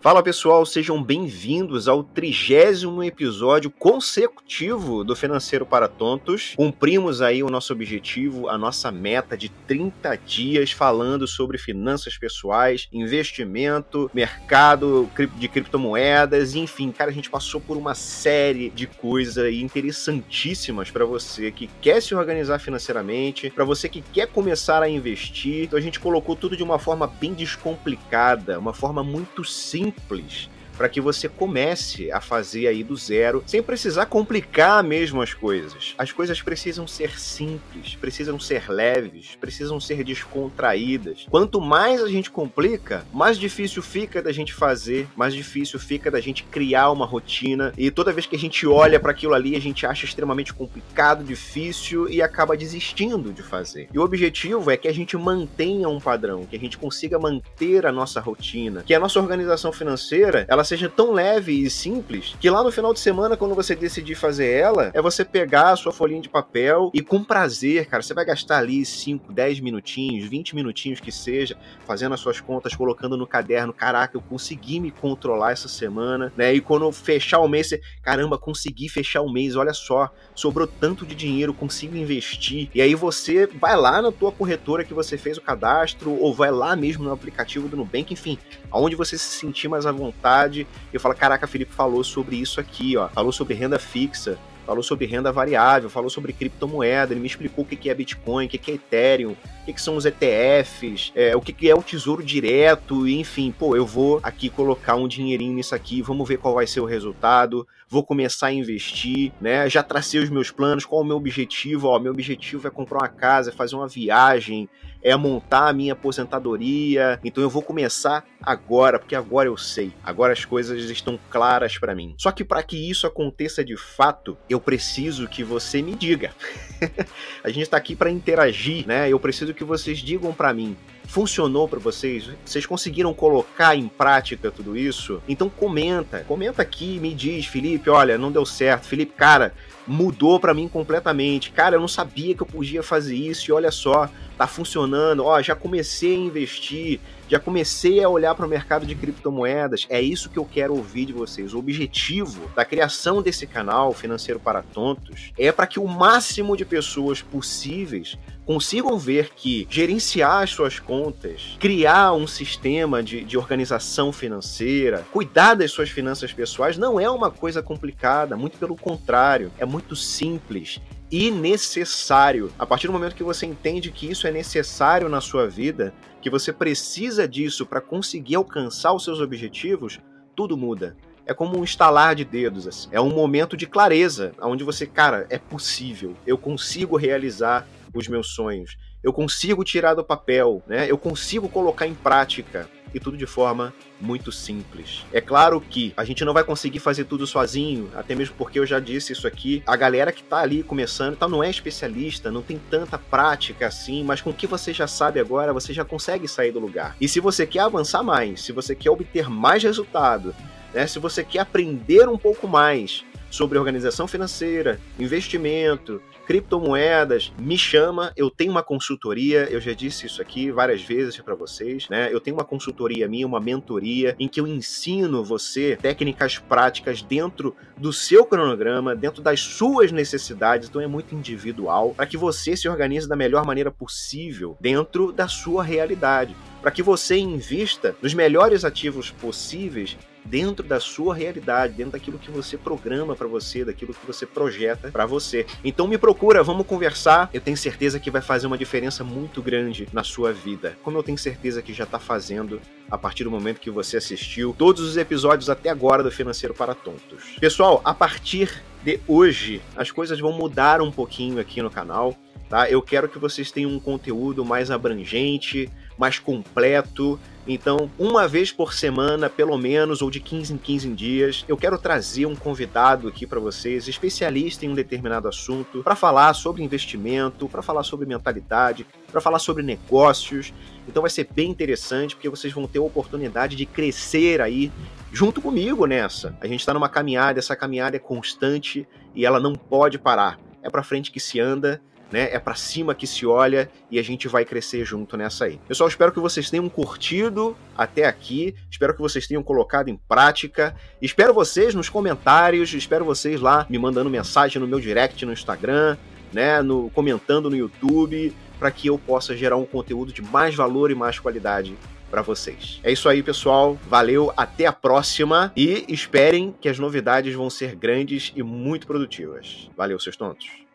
Fala pessoal, sejam bem-vindos ao 30º episódio consecutivo do Financeiro para Tontos. Cumprimos aí o nosso objetivo, a nossa meta de 30 dias falando sobre finanças pessoais, investimento, mercado de criptomoedas, enfim, cara, a gente passou por uma série de coisas interessantíssimas para você que quer se organizar financeiramente, para você que quer começar a investir. Então a gente colocou tudo de uma forma bem descomplicada, uma forma muito simples, para que você comece a fazer aí do zero, sem precisar complicar mesmo as coisas. As coisas precisam ser simples, precisam ser leves, precisam ser descontraídas. Quanto mais a gente complica, mais difícil fica da gente fazer, mais difícil fica da gente criar uma rotina, e toda vez que a gente olha para aquilo ali, a gente acha extremamente complicado, difícil e acaba desistindo de fazer. E o objetivo é que a gente mantenha um padrão, que a gente consiga manter a nossa rotina, que a nossa organização financeira, ela seja tão leve e simples, que lá no final de semana, quando você decidir fazer ela, é você pegar a sua folhinha de papel e com prazer, cara, você vai gastar ali 5, 10 minutinhos, 20 minutinhos que seja, fazendo as suas contas, colocando no caderno, caraca, eu consegui me controlar essa semana, né, e quando fechar o mês, você, caramba, consegui fechar o mês, olha só, sobrou tanto de dinheiro, consigo investir, e aí você vai lá na tua corretora que você fez o cadastro, ou vai lá mesmo no aplicativo do Nubank, enfim, aonde você se sentir mais à vontade, e fala, caraca, Felipe falou sobre isso aqui, ó, falou sobre renda fixa, falou sobre renda variável, falou sobre criptomoeda, ele me explicou o que é Bitcoin, o que é Ethereum, o que são os ETFs, o que é o tesouro direto, enfim, pô, eu vou aqui colocar um dinheirinho nisso aqui, vamos ver qual vai ser o resultado, vou começar a investir, né, já tracei os meus planos, qual é o meu objetivo, ó, meu objetivo é comprar uma casa, é fazer uma viagem, é montar a minha aposentadoria, então eu vou começar agora, porque agora eu sei, agora as coisas estão claras para mim. Só que para que isso aconteça de fato, eu preciso que você me diga. A gente está aqui para interagir, né? Eu preciso que vocês digam para mim. Funcionou para vocês? Vocês conseguiram colocar em prática tudo isso? Então comenta aqui, me diz, Felipe, olha, não deu certo. Felipe, cara, mudou para mim completamente. Cara, eu não sabia que eu podia fazer isso e olha só, tá funcionando. Ó, já comecei a investir, já comecei a olhar para o mercado de criptomoedas. É isso que eu quero ouvir de vocês. O objetivo da criação desse canal Financeiro para Tontos é para que o máximo de pessoas possíveis consigam ver que gerenciar as suas contas, criar um sistema de organização financeira, cuidar das suas finanças pessoais não é uma coisa complicada, muito pelo contrário, é muito simples e necessário. A partir do momento que você entende que isso é necessário na sua vida, que você precisa disso para conseguir alcançar os seus objetivos, tudo muda. É como um estalar de dedos, assim. É um momento de clareza, onde você, cara, é possível, eu consigo realizar os meus sonhos, eu consigo tirar do papel, né? Eu consigo colocar em prática, e tudo de forma muito simples. É claro que a gente não vai conseguir fazer tudo sozinho, até mesmo porque eu já disse isso aqui, a galera que tá ali começando, então não é especialista, não tem tanta prática assim, mas com o que você já sabe agora, você já consegue sair do lugar. E se você quer avançar mais, se você quer obter mais resultado, né? Se você quer aprender um pouco mais sobre organização financeira, investimento, criptomoedas, me chama, eu tenho uma consultoria, eu já disse isso aqui várias vezes para vocês, né? Eu tenho uma consultoria minha, uma mentoria, em que eu ensino você técnicas práticas dentro do seu cronograma, dentro das suas necessidades, então é muito individual, para que você se organize da melhor maneira possível dentro da sua realidade, para que você invista nos melhores ativos possíveis dentro da sua realidade, dentro daquilo que você programa para você, daquilo que você projeta para você. Então me procura, vamos conversar. Eu tenho certeza que vai fazer uma diferença muito grande na sua vida, como eu tenho certeza que já está fazendo a partir do momento que você assistiu todos os episódios até agora do Financeiro para Tontos. Pessoal, a partir de hoje, as coisas vão mudar um pouquinho aqui no canal, tá? Eu quero que vocês tenham um conteúdo mais abrangente, mais completo. Então, uma vez por semana, pelo menos, ou de 15 em 15 dias, eu quero trazer um convidado aqui para vocês, especialista em um determinado assunto, para falar sobre investimento, para falar sobre mentalidade, para falar sobre negócios. Então vai ser bem interessante, porque vocês vão ter a oportunidade de crescer aí junto comigo nessa. A gente está numa caminhada, essa caminhada é constante e ela não pode parar. É para frente que se anda, né? É pra cima que se olha e a gente vai crescer junto nessa aí. Pessoal, espero que vocês tenham curtido até aqui, espero que vocês tenham colocado em prática, espero vocês nos comentários, espero vocês lá me mandando mensagem no meu direct no Instagram, né? Comentando no YouTube, para que eu possa gerar um conteúdo de mais valor e mais qualidade para vocês. É isso aí, pessoal. Valeu, até a próxima e esperem que as novidades vão ser grandes e muito produtivas. Valeu, seus tontos.